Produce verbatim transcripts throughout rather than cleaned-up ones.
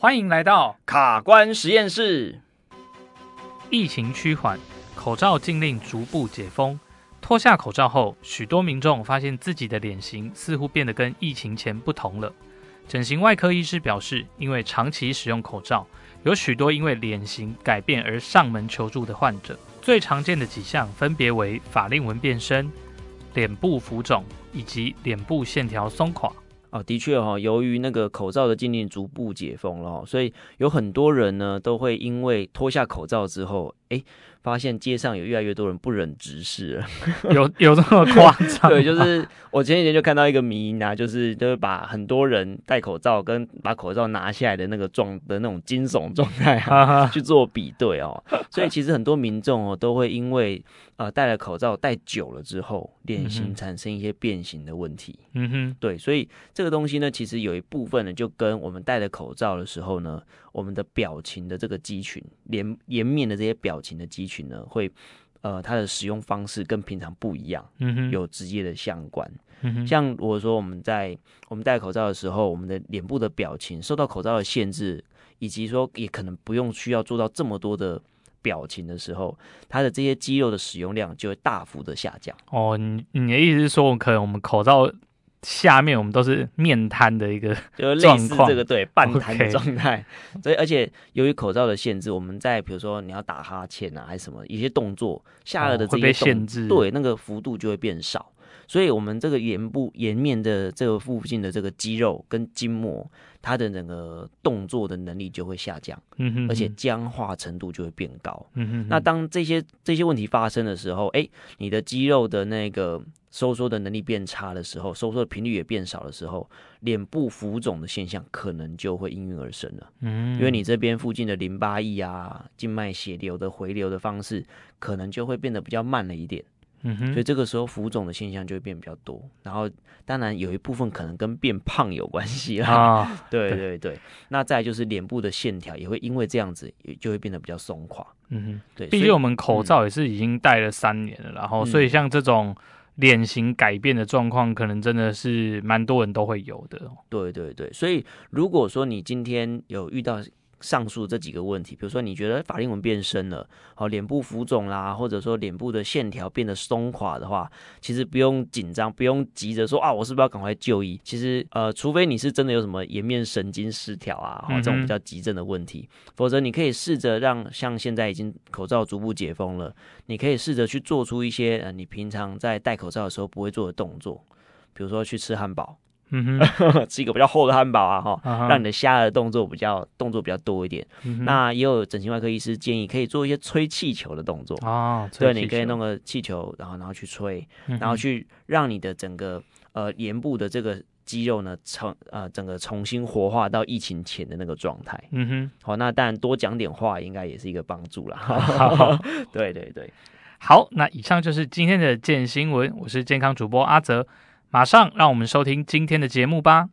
欢迎来到卡关实验室。 疫情趋缓，口罩禁令逐步解封。脱下口罩后，许多民众发现自己的脸型似乎变得跟疫情前不同了。整形外科医师表示，因为长期使用口罩，有许多因为脸型改变而上门求助的患者。最常见的几项分别为法令纹变深、脸部浮肿以及脸部线条松垮。 哦，的确哈、哦，由于那个口罩的禁令逐步解封了、哦，所以有很多人呢都会因为脱下口罩之后，哎，发现街上有越来越多人不忍直视了， 有有这么夸张？ 对，就是我前几天就看到一个迷因啊，就是就是把很多人戴口罩跟把口罩拿下来的那个状的那种惊悚状态啊去做比对哦，所以其实很多民众哦都会因为呃戴了口罩戴久了之后，脸型产生一些变形的问题。 嗯哼， 对，所以这个东西呢，其实有一部分呢，就跟我们戴了口罩的时候呢，我们的表情的这个肌群，脸颜面的这些表情的肌群呢，会呃它的使用方式跟平常不一样， 嗯哼， 有直接的相关。 嗯哼， 像如果说我们在我们戴口罩的时候，我们的脸部的表情受到口罩的限制，以及说也可能不用需要做到这么多的表情的时候，它的这些肌肉的使用量就会大幅的下降。 哦，你你的意思是说，可能我们口罩下面我们都是面瘫的一个就类似这个对半瘫的状态， okay. 所以而且由于口罩的限制，我们在比如说你要打哈欠啊，还是什么，一些动作下颚的这些动、哦、 会被限制， 对，那个幅度就会变少。所以我们这个颜部颜面的这个附近的这个肌肉跟筋膜，它的整个动作的能力就会下降， 嗯哼哼， 而且僵化程度就会变高。 嗯哼哼， 那当这些这些问题发生的时候，哎，你的肌肉的那个收缩的能力变差的时候，收缩的频率也变少的时候，脸部浮肿的现象可能就会应运而生了。嗯，因为你这边附近的淋巴液啊、静脉血流的回流的方式，可能就会变得比较慢了一点。嗯哼，所以这个时候浮肿的现象就会变比较多，然后当然有一部分可能跟变胖有关系啦。啊，对对 对, 对。那再来就是脸部的线条也会因为这样子，就会变得比较松垮。嗯哼，对。 毕竟我们口罩也是已经戴了三年了，然后、嗯、所以像这种脸型改变的状况，可能真的是蛮多人都会有的。 对对对，所以如果说你今天有遇到上述这几个问题，比如说你觉得法令纹变深了，好，脸部浮肿啦，或者说脸部的线条变得松垮的话，其实不用紧张，不用急着说啊，我是不是要赶快就医？其实呃，除非你是真的有什么颜面神经失调啊，这种比较急症的问题，嗯、否则你可以试着让像现在已经口罩逐步解封了，你可以试着去做出一些呃你平常在戴口罩的时候不会做的动作，比如说去吃汉堡。嗯哼，吃一个比较厚的汉堡啊，哈、uh-huh. ，让你的下颚动作比较动作比较多一点。Uh-huh. 那也有整形外科医师建议可以做一些吹气球的动作啊， oh, 对，你可以弄个气球，然后然后去吹， uh-huh. 然后去让你的整个呃脸部的这个肌肉呢，重呃整个重新活化到疫情前的那个状态。嗯哼，好，那当然多讲点话应该也是一个帮助啦。对对对， 好，那以上就是今天的健新闻，我是健康主播阿泽。马上让我们收听今天的节目吧。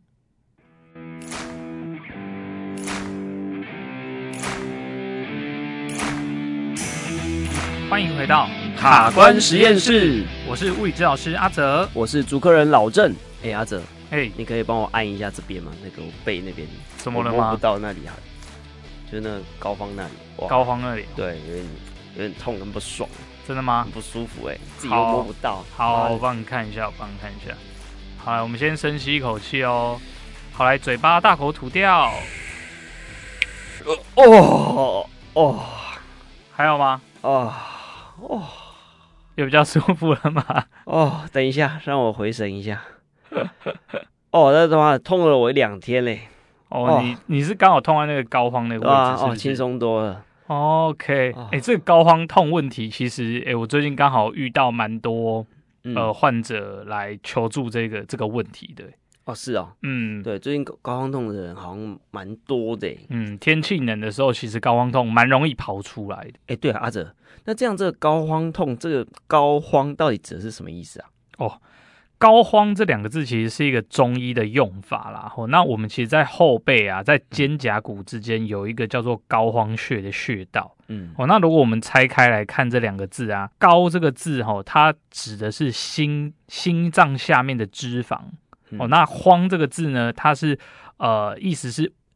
欢迎回到卡关实验室， 我是物理治疗师阿泽， 我是主科人老郑。哎、欸，阿泽，哎、 欸， 你可以帮我按一下这边吗？那个我背那边， 怎么了吗？ 我摸不到那里啊，就是那个膏肓那里， 膏肓那里， 对，有点有点痛跟不爽。 真的吗？ 很不舒服哎、欸，自己又摸不到。 好，好我帮你看一下，我帮你看一下。好，我们先深吸一口气哦。好，来，嘴巴大口吐掉。 哦哦，还有吗？ 哦哦， 有比较舒服了吗？ 哦，等一下，让我回神一下。哦，那他妈痛了我两天嘞。 哦，哦你你是刚好痛在那个膏肓那个位置是不是？ 啊，哦，轻松多了。 OK， 哎、欸，这个膏肓痛问题，其实哎、欸，我最近刚好遇到蛮多、嗯、呃患者来求助这个这个问题的。 哦，是哦，嗯，对，最近膏肓痛的人好像蛮多的。 嗯，天气冷的时候，其实膏肓痛蛮容易跑出来的。 哎、欸，对啊，阿哲，那这样这个膏肓痛，这个膏肓到底指的是什么意思啊？ 哦。膏肓这两个字其实是一个中医的用法啦，那我们其实在后背啊，在肩胛骨之间有一个叫做膏肓穴的穴道。嗯，哦，那如果我们拆开来看这两个字啊，膏这个字哦，它指的是心心脏下面的脂肪。哦，那肓这个字呢，它是呃意思是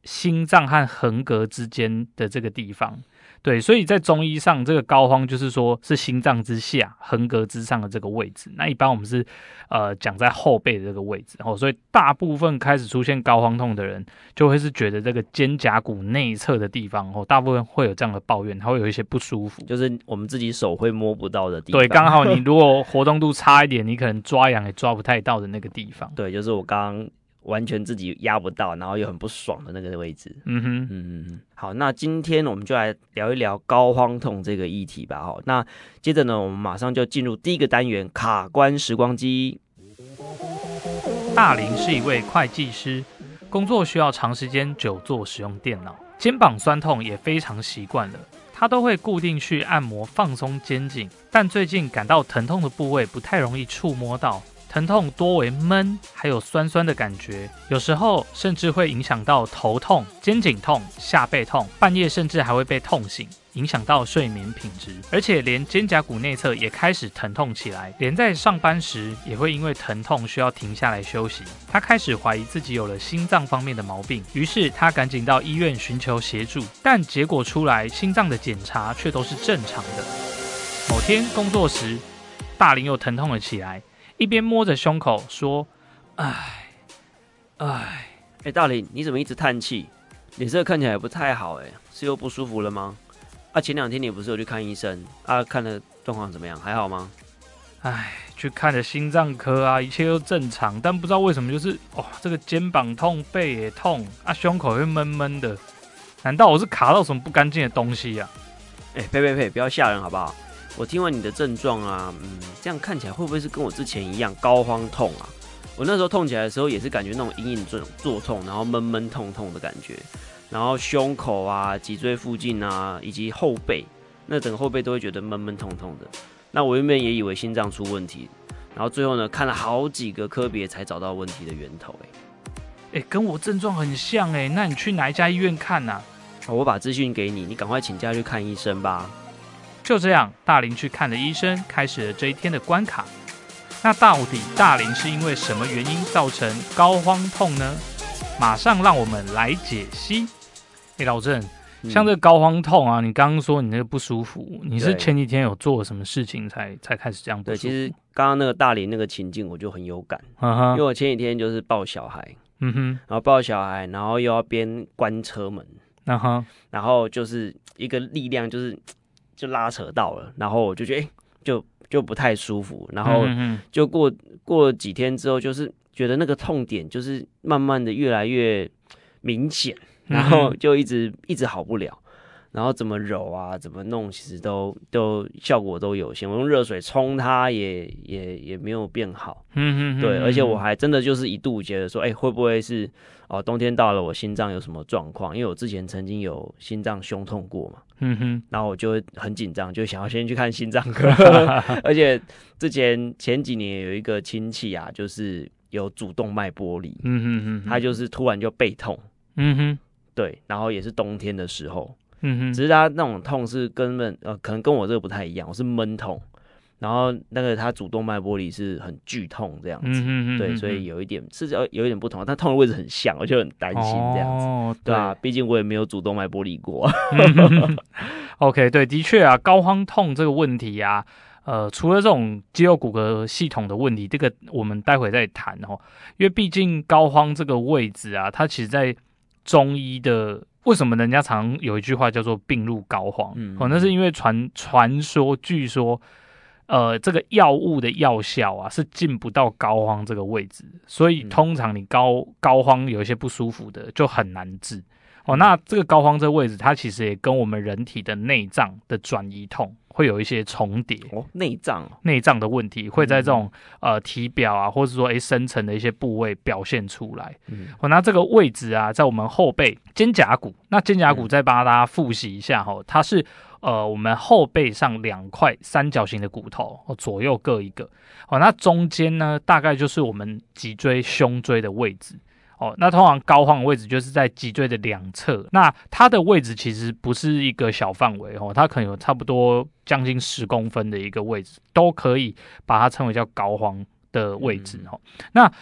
心脏和横膈之间的这个地方。对，所以在中医上，这个膏肓就是说是心脏之下、横膈之上的这个位置。那一般我们是呃讲在后背的这个位置哦，所以大部分开始出现膏肓痛的人，就会是觉得这个肩胛骨内侧的地方哦，大部分会有这样的抱怨，它会有一些不舒服， 就是我们自己手会摸不到的地方。 对，刚好你如果活动度差一点，你可能抓痒也抓不太到的那个地方。 对，就是我刚刚完全自己压不到，然后又很不爽的那个位置。 嗯哼， 嗯嗯。好，那今天我们就来聊一聊膏肓痛这个议题吧。好，那接着呢，我们马上就进入第一个单元——卡关时光机。 大林是一位会计师，工作需要长时间久坐使用电脑，肩膀酸痛也非常习惯了。他都会固定去按摩放松肩颈，但最近感到疼痛的部位不太容易触摸到。疼痛多为闷，还有酸酸的感觉，有时候甚至会影响到头痛、肩颈痛、下背痛，半夜甚至还会被痛醒，影响到睡眠品质。而且连肩胛骨内侧也开始疼痛起来，连在上班时也会因为疼痛需要停下来休息。他开始怀疑自己有了心脏方面的毛病，于是他赶紧到医院寻求协助，但结果出来，心脏的检查却都是正常的。某天工作时，大林又疼痛了起来，一边摸着胸口说：“唉，唉。” 哎，大林，你怎么一直叹气？脸色看起来也不太好，哎，是又不舒服了吗？啊，前两天你不是有去看医生啊？看的状况怎么样？还好吗？ 唉，去看了心脏科啊，一切都正常，但不知道为什么就是哦，这个肩膀痛，背也痛啊，胸口会闷闷的。难道我是卡到什么不干净的东西啊？ 哎，呸呸呸，不要吓人好不好？我听完你的症状啊，嗯，这样看起来会不会是跟我之前一样膏肓痛啊？我那时候痛起来的时候也是感觉那种隐隐作痛，然后闷闷痛痛的感觉，然后胸口啊、脊椎附近啊，以及后背，那整个后背都会觉得闷闷痛痛的。那我原本也以为心脏出问题，然后最后呢看了好几个科别才找到问题的源头、欸。 哎、欸，跟我症状很像哎、欸，那你去哪一家医院看啊？ 我把资讯给你，你赶快请假去看医生吧。 就这样，大林去看了医生，开始了这一天的关卡。那到底大林是因为什么原因造成膏肓痛呢？马上让我们来解析。哎、欸，老郑，像这个膏肓痛啊，你刚刚说你那个不舒服，你是前几天有做了什么事情才才开始这样不舒服？ 对，其实刚刚那个大林那个情境我就很有感， 嗯、 因为我前几天就是抱小孩， 嗯哼， 然后抱小孩，然后又要边关车门， 嗯哼， 然后就是一个力量就是就拉扯到了，然后我就觉得哎、欸，就就不太舒服，然后就过过几天之后，就是觉得那个痛点就是慢慢的越来越明显，然后就一直一直好不了。然后怎么揉啊，怎么弄，其实都都效果都有限。我用热水冲它也也也没有变好。嗯嗯，对，而且我还真的就是一度觉得说，哎、欸，会不会是哦，冬天到了，我心脏有什么状况？因为我之前曾经有心脏胸痛过嘛。嗯哼，然后我就很紧张，就想要先去看心脏科。而且之前前几年有一个亲戚啊，就是有主动脉剥离。嗯哼哼，他就是突然就背痛。嗯哼，对，然后也是冬天的时候。嗯哼，只是他那种痛是根本呃，可能跟我这个不太一样，我是闷痛，然后那个他主动脉剥离是很剧痛这样子，嗯、对，所以有一点是有一点不同，但痛的位置很像，我就很担心这样子，哦、对啊，毕竟我也没有主动脉剥离过。 嗯、OK， 对，的确啊，膏肓痛这个问题啊，呃，除了这种肌肉骨骼系统的问题，这个我们待会再谈哦，因为毕竟膏肓这个位置啊，它其实在中医的。为什么人家常有一句话叫做病入膏肓？嗯，哦，那是因为传传说，据说，呃，这个药物的药效啊是进不到膏肓这个位置，所以通常你膏膏肓有一些不舒服的就很难治。哦，那这个膏肓这个位置，它其实也跟我们人体的内脏的转移痛会有一些重叠。 哦，内脏， 内脏的问题会在这种、嗯、呃体表啊，或者说诶深层的一些部位表现出来。嗯，哦，那这个位置啊，在我们后背肩胛骨。那肩胛骨再帮大家复习一下哈、哦，它是呃我们后背上两块三角形的骨头，哦，左右各一个。哦，那中间呢，大概就是我们脊椎、胸椎的位置。哦，那通常膏肓的位置就是在脊椎的两侧，那它的位置其实不是一个小范围哦，它可能有差不多将近十公分的一个位置，都可以把它称为叫膏肓的位置哦。嗯、那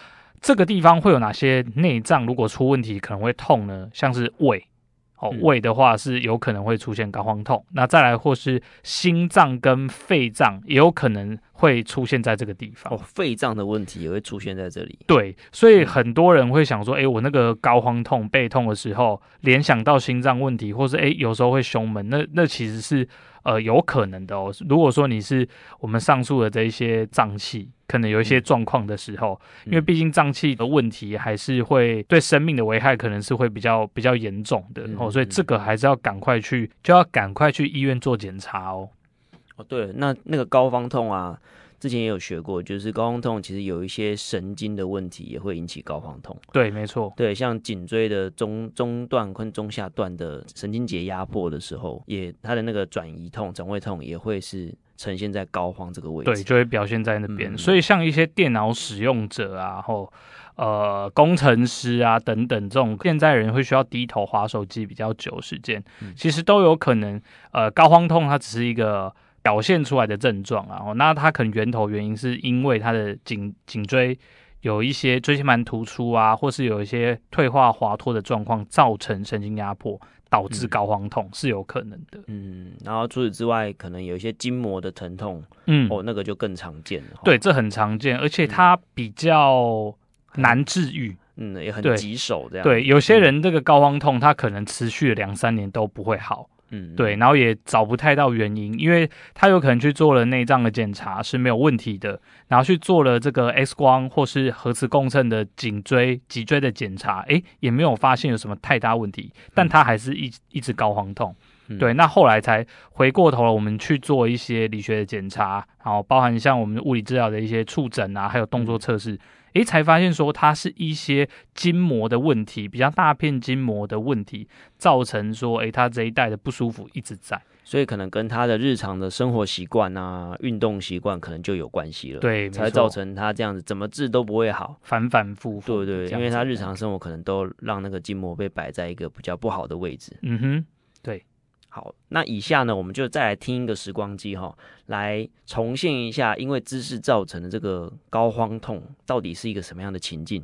这个地方会有哪些内脏如果出问题可能会痛呢？像是胃。哦，胃的话是有可能会出现膏肓痛，嗯、那再来或是心脏跟肺脏也有可能会出现在这个地方。 哦，肺脏的问题也会出现在这里。 对，所以很多人会想说，哎、欸，我那个膏肓痛、背痛的时候，联想到心脏问题，或是哎、欸，有时候会胸闷，那那其实是呃有可能的哦。如果说你是我们上述的这一些脏器，可能有一些状况的时候，嗯、因为毕竟脏器的问题还是会对生命的危害可能是会比较比较严重的、嗯、哦，所以这个还是要赶快去，就要赶快去医院做检查哦。 哦，对了，那那个膏肓痛啊，之前也有学过，就是膏肓痛其实有一些神经的问题也会引起膏肓痛。 对，没错。 对，像颈椎的中中段跟中下段的神经节压迫的时候，也它的那个转移痛、转位痛也会是呈现在膏肓这个位置。 对，就会表现在那边。 嗯、 所以像一些电脑使用者啊，或呃工程师啊等等，这种现在人会需要低头滑手机比较久时间，嗯、其实都有可能。呃，膏肓痛它只是一个表现出来的症状啊，那它可能源头原因是因为它的颈颈椎有一些椎间盘突出啊，或是有一些退化滑脱的状况，造成神经压迫，导致膏肓痛、嗯、是有可能的。 嗯，然后除此之外，可能有一些筋膜的疼痛， 嗯， 哦，那个就更常见了。 对，这很常见，而且它比较难治愈。 嗯，也很棘手这样。 对，有些人这个膏肓痛，它可能持续了两三年都不会好。嗯，对，然后也找不太到原因，因为他有可能去做了内脏的检查是没有问题的，然后去做了这个 X 光或是核磁共振的颈椎、脊椎的检查，哎，也没有发现有什么太大问题，但他还是一一直膏肓痛。嗯、对，那后来才回过头了，我们去做一些理学的检查，然后包含像我们物理治疗的一些触诊啊，还有动作测试。诶，才发现说它是一些筋膜的问题，比较大片筋膜的问题，造成说，诶，他这一带的不舒服一直在， 所以可能跟他的日常的生活习惯啊、运动习惯可能就有关系了， 对， 才造成他这样子怎么治都不会好， 反反复复， 对对，因为他日常生活可能都让那个筋膜被摆在一个比较不好的位置， 嗯哼，对。 好，那以下呢，我们就再来听一个时光机哈，来重现一下因为姿势造成的这个膏肓痛，到底是一个什么样的情境？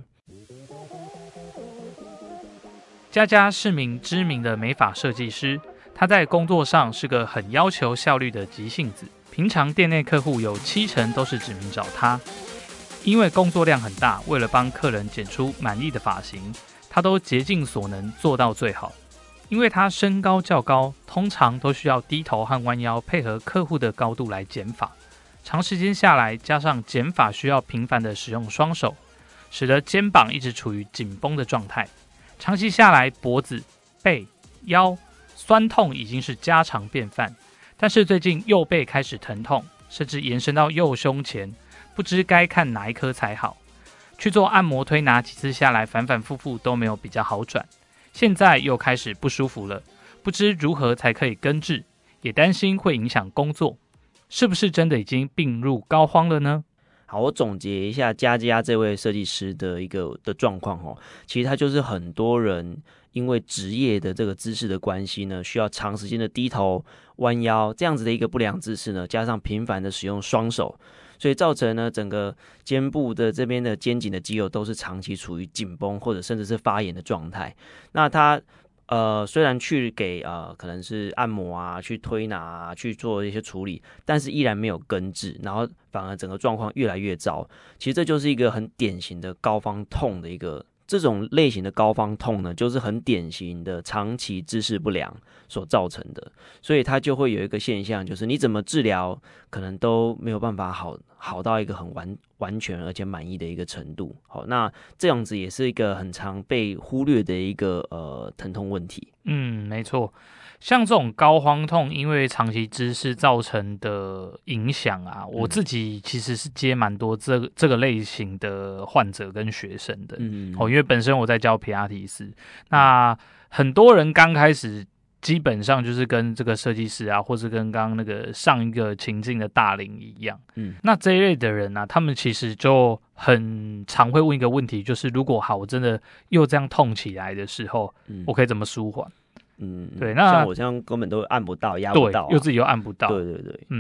佳佳是名知名的美发设计师，他在工作上是个很要求效率的急性子，平常店内客户有七成都是指名找他，因为工作量很大，为了帮客人剪出满意的发型，他都竭尽所能做到最好。因为他身高较高，通常都需要低头和弯腰配合客户的高度来剪发，长时间下来，加上剪发需要频繁的使用双手，使得肩膀一直处于紧绷的状态，长期下来，脖子、背、腰酸痛已经是家常便饭。但是最近右背开始疼痛，甚至延伸到右胸前，不知该看哪一科才好。去做按摩推拿几次下来，反反复复都没有比较好转。现在又开始不舒服了，不知如何才可以根治，也担心会影响工作，是不是真的已经病入膏肓了呢？ 好，我总结一下佳佳这位设计师的一个的状况哦，其实他就是很多人因为职业的这个姿势的关系呢，需要长时间的低头、弯腰这样子的一个不良姿势呢，加上频繁的使用双手。所以造成呢，整个肩部的这边的肩颈的肌肉都是长期处于紧绷或者甚至是发炎的状态。那他呃虽然去给呃可能是按摩啊、去推拿啊、去做一些处理，但是依然没有根治，然后反而整个状况越来越糟。其实这就是一个很典型的膏肓痛的一个。这种类型的膏肓痛呢，就是很典型的长期姿势不良所造成的，所以它就会有一个现象，就是你怎么治疗，可能都没有办法好好到一个很完完全而且满意的一个程度。好，那这样子也是一个很常被忽略的一个呃疼痛问题。 嗯，没错。像这种膏肓痛，因为长期姿势造成的影响啊，我自己其实是接蛮多这个这个类型的患者跟学生的。嗯，哦，因为本身我在教皮拉提斯，那很多人刚开始基本上就是跟这个设计师啊，或是跟刚刚那个上一个情境的大龄一样。嗯，那这一类的人啊，他们其实就很常会问一个问题，就是如果好，我真的又这样痛起来的时候，嗯、我可以怎么舒缓？ 嗯， 对，那像我这样根本都按不到，压不到、啊， 对，又自己又按不到， 对对对， 嗯，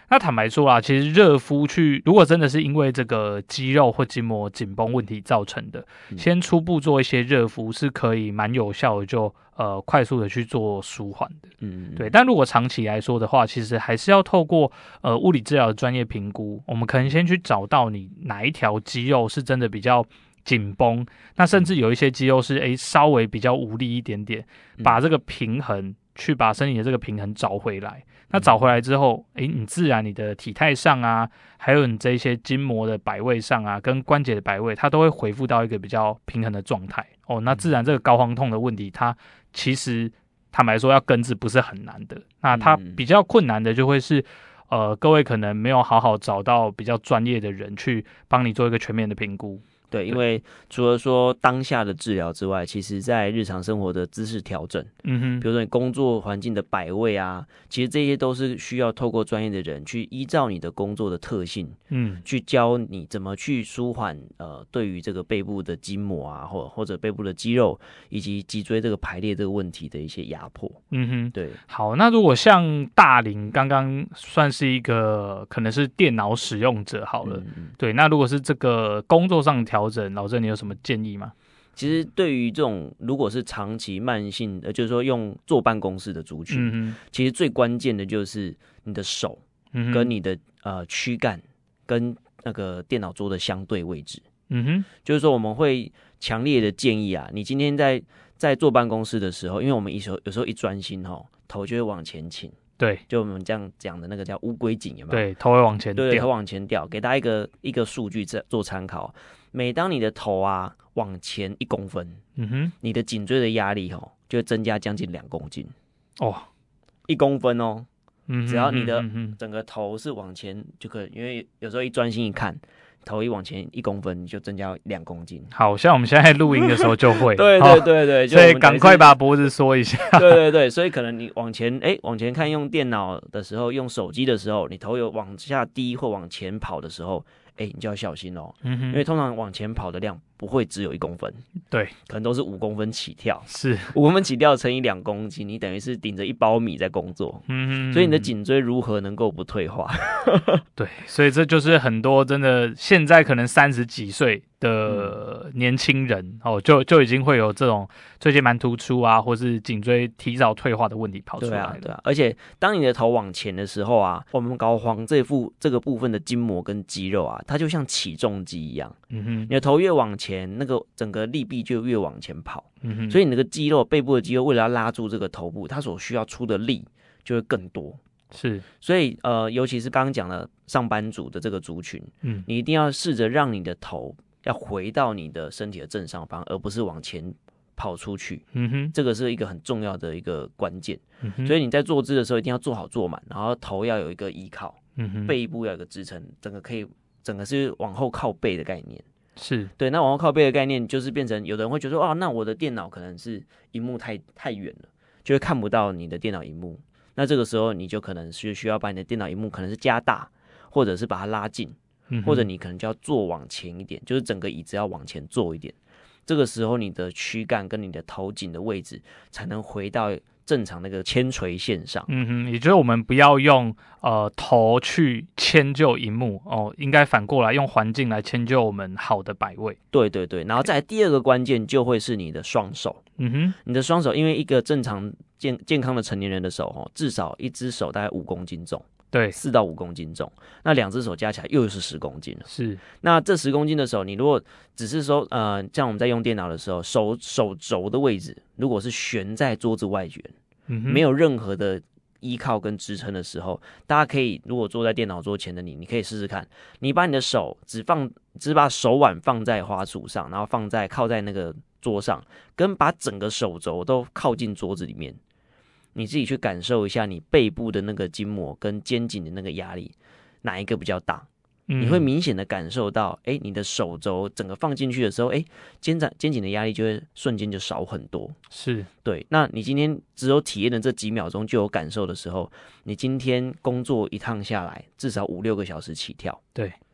那坦白说啦，其实热敷去，如果真的是因为这个肌肉或筋膜紧绷问题造成的，嗯、先初步做一些热敷是可以蛮有效的就，就呃快速的去做舒缓的。嗯，对。但如果长期来说的话，其实还是要透过呃物理治疗的专业评估，我们可能先去找到你哪一条肌肉是真的比较紧绷，那甚至有一些肌肉是诶稍微比较无力一点点，把这个平衡。去把身体的这个平衡找回来，那找回来之后，诶，你自然你的体态上啊，还有你这一些筋膜的摆位上啊，跟关节的摆位，它都会恢复到一个比较平衡的状态哦。那自然这个高肓痛的问题，它其实坦白说要根治不是很难的，那它比较困难的就会是，呃，各位可能没有好好找到比较专业的人去帮你做一个全面的评估。 对，因为除了说当下的治疗之外，其实在日常生活的姿势调整，嗯哼，比如说你工作环境的摆位啊，其实这些都是需要透过专业的人去依照你的工作的特性，嗯，去教你怎么去舒缓呃对于这个背部的筋膜啊，或或者背部的肌肉以及脊椎这个排列这个问题的一些压迫。嗯哼，对。 好，那如果像大林刚刚算是一个可能是电脑使用者好了，嗯、对，那如果是这个工作上调调整，老郑，你有什么建议吗？ 其实对于这种如果是长期慢性呃，就是说用坐办公室的族群，嗯、其实最关键的就是你的手跟你的、嗯、呃躯干跟那个电脑桌的相对位置。嗯哼，就是说我们会强烈的建议啊，你今天在在坐办公室的时候，因为我们有时候有时候一专心哈，头就会往前倾。 对， 就我们这样讲的那个叫乌龟颈，有没有？ 对，头会往前掉， 对，头往前掉。给大家一个一个数据做参考，每当你的头啊往前一公分，嗯哼，你的颈椎的压力哦就会增加将近两公斤哦，一公分哦，嗯，只要你的整个头是往前就可以，因为有时候一专心一看。头一往前一公分，你就增加两公斤。 好像我们现在录音的时候就会， 对对对对， 所以赶快把脖子缩一下。 对对对，所以可能你往前，哎、欸，往前看用电脑的时候，用手机的时候，你头有往下低或往前跑的时候，哎、欸，你就要小心哦，嗯哼，因为通常往前跑的量不会只有一公分， 对， 可能都是五公分起跳， 是五公分起跳乘以两公斤，你等于是顶着一包米在工作，嗯哼，所以你的颈椎如何能够不退化？ 对，所以这就是很多真的现在可能三十几岁的年轻人、嗯、哦，就就已经会有这种椎间盘突出啊，或是颈椎提早退化的问题跑出来。 对啊，对啊，而且当你的头往前的时候啊，我们高肓这副这个部分的筋膜跟肌肉啊，它就像起重机一样，嗯哼，你的头越往前，那个整个力臂就越往前跑，嗯哼，所以你那个肌肉背部的肌肉为了要拉住这个头部，它所需要出的力就会更多。 是， 所以呃，尤其是刚刚讲的上班族的这个族群，嗯，你一定要试着让你的头要回到你的身体的正上方，而不是往前跑出去。嗯哼，这个是一个很重要的一个关键。嗯哼，所以你在坐姿的时候一定要坐好坐满，然后头要有一个依靠，嗯哼，背部要有一个支撑，整个可以整个是往后靠背的概念。 是对，那往后靠背的概念就是变成有的人会觉得说，哦，那我的电脑可能是萤幕太太远了，就会看不到你的电脑萤幕。那这个时候你就可能是需要把你的电脑萤幕可能是加大，或者是把它拉近，嗯、或者你可能就要坐往前一点，就是整个椅子要往前坐一点。这个时候你的躯干跟你的头颈的位置才能回到正常那个铅垂线上。 嗯哼，也就是我们不要用呃头去迁就萤幕哦，应该反过来用环境来迁就我们好的摆位。 对对对，然后再来第二个关键就会是你的双手。嗯哼，你的双手，因为一个正常健健康的成年人的手哦，至少一只手大概五公斤重。 对， 四到五公斤重，那两只手加起来又是十公斤了。 是， 那这十公斤的手，你如果只是说，呃，像我们在用电脑的时候，手手肘的位置如果是悬在桌子外缘，嗯、没有任何的依靠跟支撑的时候，大家可以如果坐在电脑桌前的你，你可以试试看，你把你的手只放，只把手腕放在滑鼠上，然后放在靠在那个桌上，跟把整个手肘都靠近桌子里面。你自己去感受一下，你背部的那个筋膜跟肩颈的那个压力，哪一个比较大？嗯、你会明显的感受到，哎，你的手肘整个放进去的时候，哎，肩掌肩颈的压力就会瞬间就少很多。 是， 对。那你今天只有体验的这几秒钟就有感受的时候，你今天工作一趟下来，至少五六个小时起跳。 对。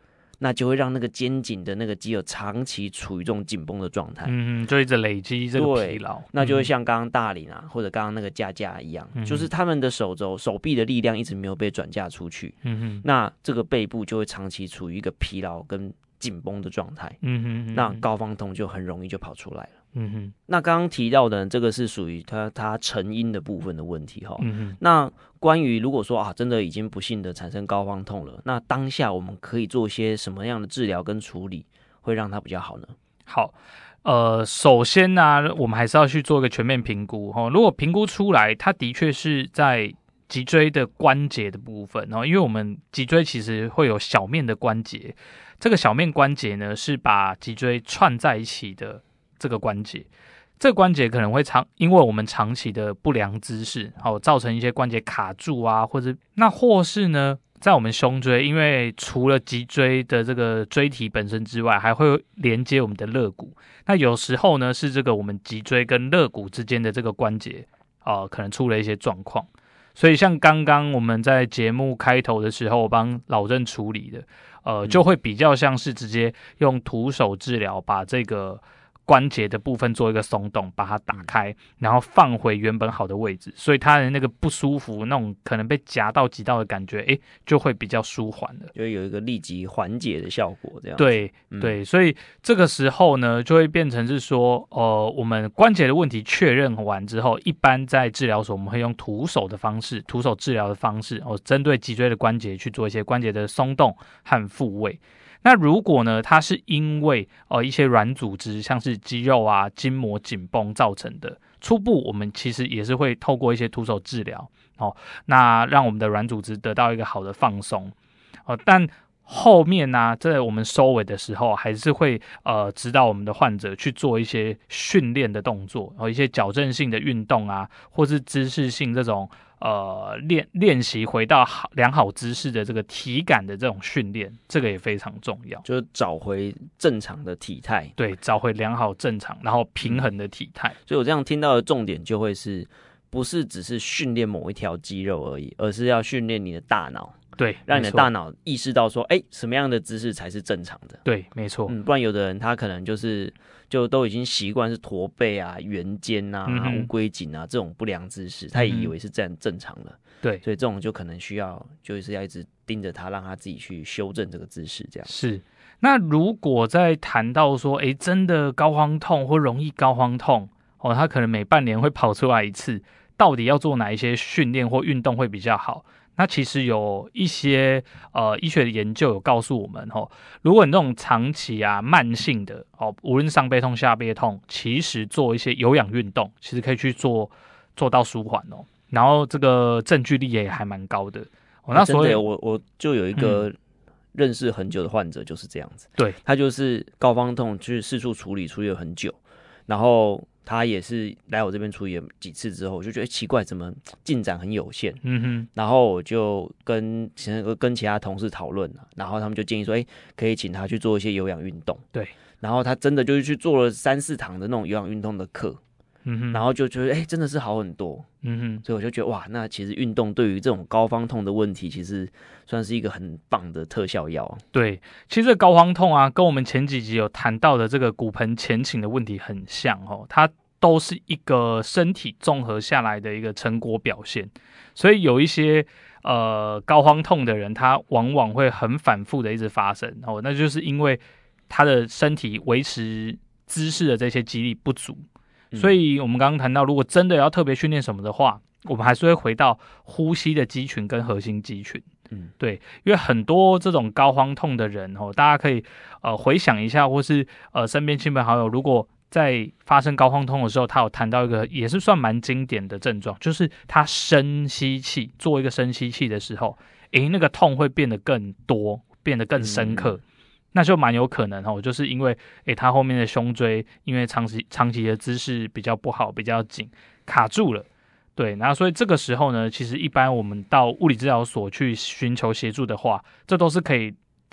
那就会让那个肩颈的那个肌肉长期处于这种紧绷的状态， 嗯，就一直累积这个疲劳， 那就会像刚刚大林啊，或者刚刚那个架架一样，嗯、就是他们的手肘、手臂的力量一直没有被转嫁出去，嗯哼，那这个背部就会长期处于一个疲劳跟紧绷的状态，嗯哼, 嗯哼，那高方痛就很容易就跑出来了。嗯哼，那刚刚提到的这个是属于它它成因的部分的问题哈。嗯哼，那关于如果说啊真的已经不幸的产生高方痛了，那当下我们可以做些什么样的治疗跟处理，会让它比较好呢？ 好，呃，首先呢、啊，我们还是要去做一个全面评估哈。如果评估出来，它的确是在脊椎的关节的部分哦，因为我们脊椎其实会有小面的关节，这个小面关节呢是把脊椎串在一起的。这个关节，这个关节可能会长，因为我们长期的不良姿势，好、哦、造成一些关节卡住啊，或者那或是呢，在我们胸椎，因为除了脊椎的这个椎体本身之外，还会连接我们的肋骨。那有时候呢，是这个我们脊椎跟肋骨之间的这个关节啊、呃，可能出了一些状况。所以像刚刚我们在节目开头的时候，我帮老郑处理的，呃，就会比较像是直接用徒手治疗把这个关节的部分做一个松动，把它打开，然后放回原本好的位置，所以它的那个不舒服，那种可能被夹到挤到的感觉，哎，就会比较舒缓了， 就会有一个立即缓解的效果，这样。 对、嗯、对，所以这个时候呢，就会变成是说，呃，我们关节的问题确认完之后，一般在治疗所我们会用徒手的方式，徒手治疗的方式，哦，针对脊椎的关节去做一些关节的松动和复位。那如果呢，它是因为呃一些软组织，像是肌肉啊、筋膜紧绷造成的，初步我们其实也是会透过一些徒手治疗，哦，那让我们的软组织得到一个好的放松，哦，但后面呢、啊，在我们收尾的时候，还是会呃指导我们的患者去做一些训练的动作，然后一些矫正性的运动啊，或是姿势性这种。呃，练练习回到好良好姿势的这个体感的这种训练，这个也非常重要， 就是找回正常的体态， 对，找回良好正常然后平衡的体态、嗯。 所以我这样听到的重点就会是，不是只是训练某一条肌肉而已，而是要训练你的大脑， 对， 让你的大脑意识到说，哎，什么样的姿势才是正常的？ 对，没错。 嗯，不然有的人他可能就是就都已经习惯是驼背啊、圆肩啊、嗯、乌龟颈啊这种不良姿势，他也以为是这样正常的。 对， 所以这种就可能需要就是要一直盯着他，让他自己去修正这个姿势，这样是。那如果在谈到说，哎，真的高肓痛或容易高肓痛哦，他可能每半年会跑出来一次，到底要做哪一些训练或运动会比较好？那其实有一些呃医学的研究有告诉我们哦，如果你这种长期啊慢性的哦，无论上背痛下背痛，其实做一些有氧运动，其实可以去做做到舒缓哦。然后这个证据力也还蛮高的。哦、那所以、 啊、我我就有一个认识很久的患者就是这样子， 对、嗯， 他就是高方痛去四处处理，处理了很久，然后他也是来我这边处理了几次之后，我就觉得奇怪，怎么进展很有限？嗯哼，然后我就跟跟其他同事讨论，然后他们就建议说，哎，可以请他去做一些有氧运动。 对， 然后他真的就是去做了三四堂的那种有氧运动的课。嗯哼，然后就觉得哎、欸，真的是好很多，嗯哼，所以我就觉得哇，那其实运动对于这种高方痛的问题，其实算是一个很棒的特效药。 对，其实这高方痛啊，跟我们前几集有谈到的这个骨盆前倾的问题很像哦，它都是一个身体综合下来的一个成果表现，所以有一些呃高肓痛的人，他往往会很反复的一直发生哦，那就是因为他的身体维持姿势的这些肌力不足。所以我们刚刚谈到，如果真的要特别训练什么的话，我们还是会回到呼吸的肌群跟核心肌群。嗯，对，因为很多这种高肓痛的人哦，大家可以呃回想一下，或是呃身边亲朋好友，如果在发生高肓痛的时候，他有谈到一个也是算蛮经典的症状，就是他深吸气，做一个深吸气的时候，诶，那个痛会变得更多，变得更深刻。嗯，那就蛮有可能哦，就是因为诶他后面的胸椎因为长期长期的姿势比较不好，比较紧，卡住了。对，然后所以这个时候呢，其实一般我们到物理治疗所去寻求协助的话，这都是可以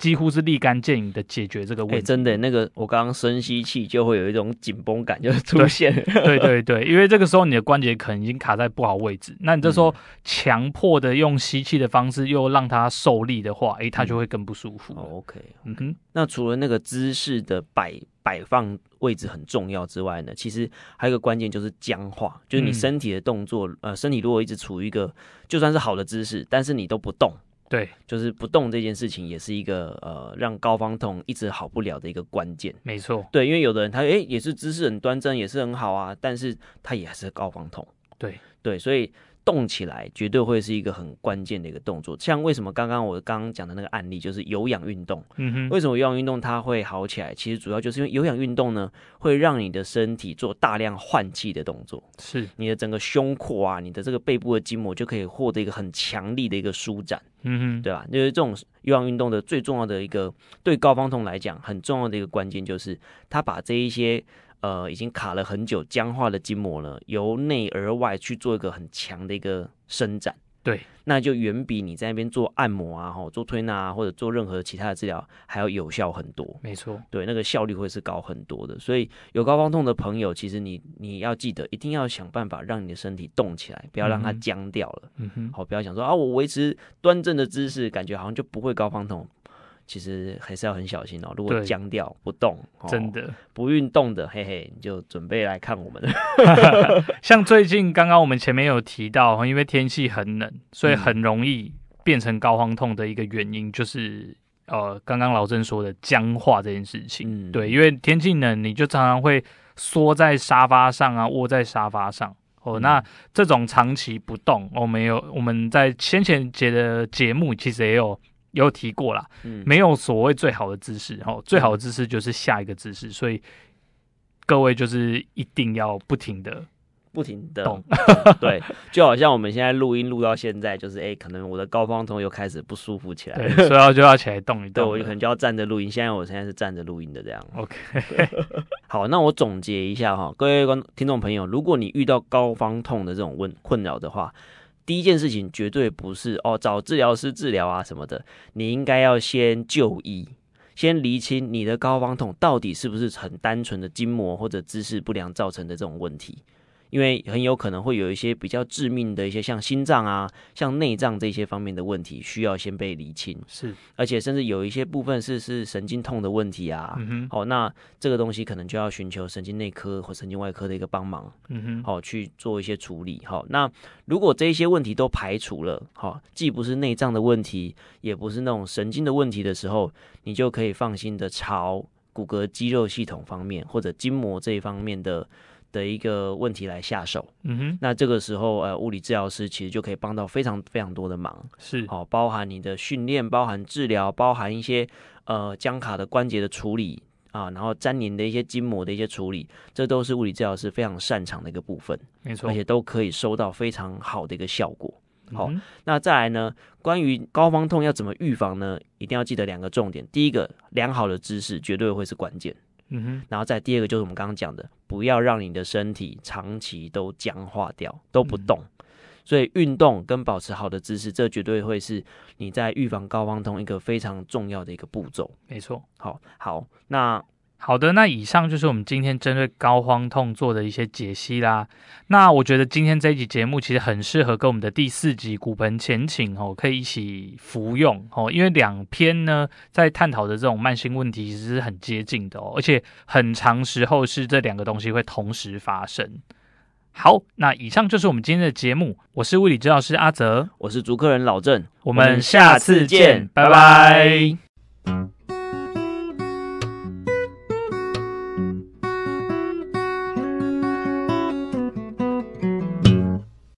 几乎是立竿见影的解决这个问题。 欸、真的，那个我刚刚深吸气就会有一种紧绷感就出现。 对对对，因为这个时候你的关节可能已经卡在不好位置，那你这时候强迫的用吸气的方式又让它受力的话，哎、欸，它就会更不舒服。 哦、OK， 嗯哼。 那除了那个姿势的摆摆放位置很重要之外呢，其实还有一个关键就是僵化，就是你身体的动作，嗯、呃，身体如果一直处于一个就算是好的姿势，但是你都不动。 对， 就是不动这件事情也是一个呃让高方痛一直好不了的一个关键。 没错， 对，因为有的人他哎、欸、也是姿势很端正，也是很好啊，但是他也还是高方痛。 对对，所以动起来绝对会是一个很关键的一个动作。像为什么刚刚我刚刚讲的那个案例就是有氧运动， 嗯哼， 为什么有氧运动它会好起来？其实主要就是因为有氧运动呢会让你的身体做大量换气的动作， 是你的整个胸廓啊，你的这个背部的筋膜就可以获得一个很强力的一个舒展。 嗯哼， 对吧？就是这种有氧运动的最重要的一个，对高方痛来讲很重要的一个关键，就是它把这一些呃已经卡了很久僵化的筋膜呢，由内而外去做一个很强的一个伸展。 对， 那就远比你在那边做按摩啊、做推拿啊，或者做任何其他的治疗还要有效很多。 没错， 对，那个效率会是高很多的。所以有高方痛的朋友，其实你你要记得，一定要想办法让你的身体动起来，不要让它僵掉了。 嗯哼， 好，不要想说啊，我维持端正的姿势，感觉好像就不会高方痛。其实还是要很小心哦。如果僵掉不动，哦、 真的不运动的，嘿嘿，你就准备来看我们了。 像最近刚刚我们前面有提到，因为天气很冷，所以很容易变成高方痛的一个原因，就是呃，刚刚老郑说的僵化这件事情。嗯、对，因为天气冷，你就常常会缩在沙发上啊，窝在沙发上。哦，那这种长期不动，我们有我们在先前节的节目其实也有。也有提过啦，嗯、没有所谓最好的姿势，哦，最好的姿势就是下一个姿势，所以各位就是一定要不停的、 不停的动， 对，就好像我们现在录音录到现在，就是哎、欸，可能我的高方痛又开始不舒服起来了， 对，所以要就要起来动一动， 对，我就可能就要站着录音。现在我现在是站着录音的这样。 OK， 好，那我总结一下哈，各位观听众朋友，如果你遇到高方痛的这种问困扰的话。第一件事情绝对不是哦找治疗师治疗啊什么的，你应该要先就医，先厘清你的高方痛到底是不是很单纯的筋膜或者姿势不良造成的这种问题。因为很有可能会有一些比较致命的一些像心脏啊、像内脏这些方面的问题，需要先被厘清。 是， 而且甚至有一些部分是是神经痛的问题啊。嗯哼，好、哦，那这个东西可能就要寻求神经内科或神经外科的一个帮忙。嗯哼，好、哦，去做一些处理。好、哦，那如果这些问题都排除了，好、哦，既不是内脏的问题，也不是那种神经的问题的时候，你就可以放心的朝骨骼肌肉系统方面或者筋膜这一方面的。的一个问题来下手，嗯哼，那这个时候呃，物理治疗师其实就可以帮到非常非常多的忙， 是， 好、哦，包含你的训练，包含治疗，包含一些呃僵卡的关节的处理啊，然后粘连的一些筋膜的一些处理，这都是物理治疗师非常擅长的一个部分， 没错， 而且都可以收到非常好的一个效果。好、嗯，那再来呢，关于高方痛要怎么预防呢？一定要记得两个重点，第一个，良好的姿势绝对会是关键。嗯哼，然后再第二个就是我们刚刚讲的，不要让你的身体长期都僵化掉，都不动。嗯、所以运动跟保持好的姿势，这绝对会是你在预防高方痛一个非常重要的一个步骤。 没错， 好，好，那。 好的，那以上就是我们今天针对高方痛做的一些解析啦。那我觉得今天这一集节目其实很适合跟我们的第四集骨盆前倾哦，可以一起服用哦，因为两篇呢在探讨的这种慢性问题其实是很接近的哦，而且很长时候是这两个东西会同时发生。好，那以上就是我们今天的节目，我是物理治疗师阿泽， 我是主客人老郑， 我们下次见，拜拜。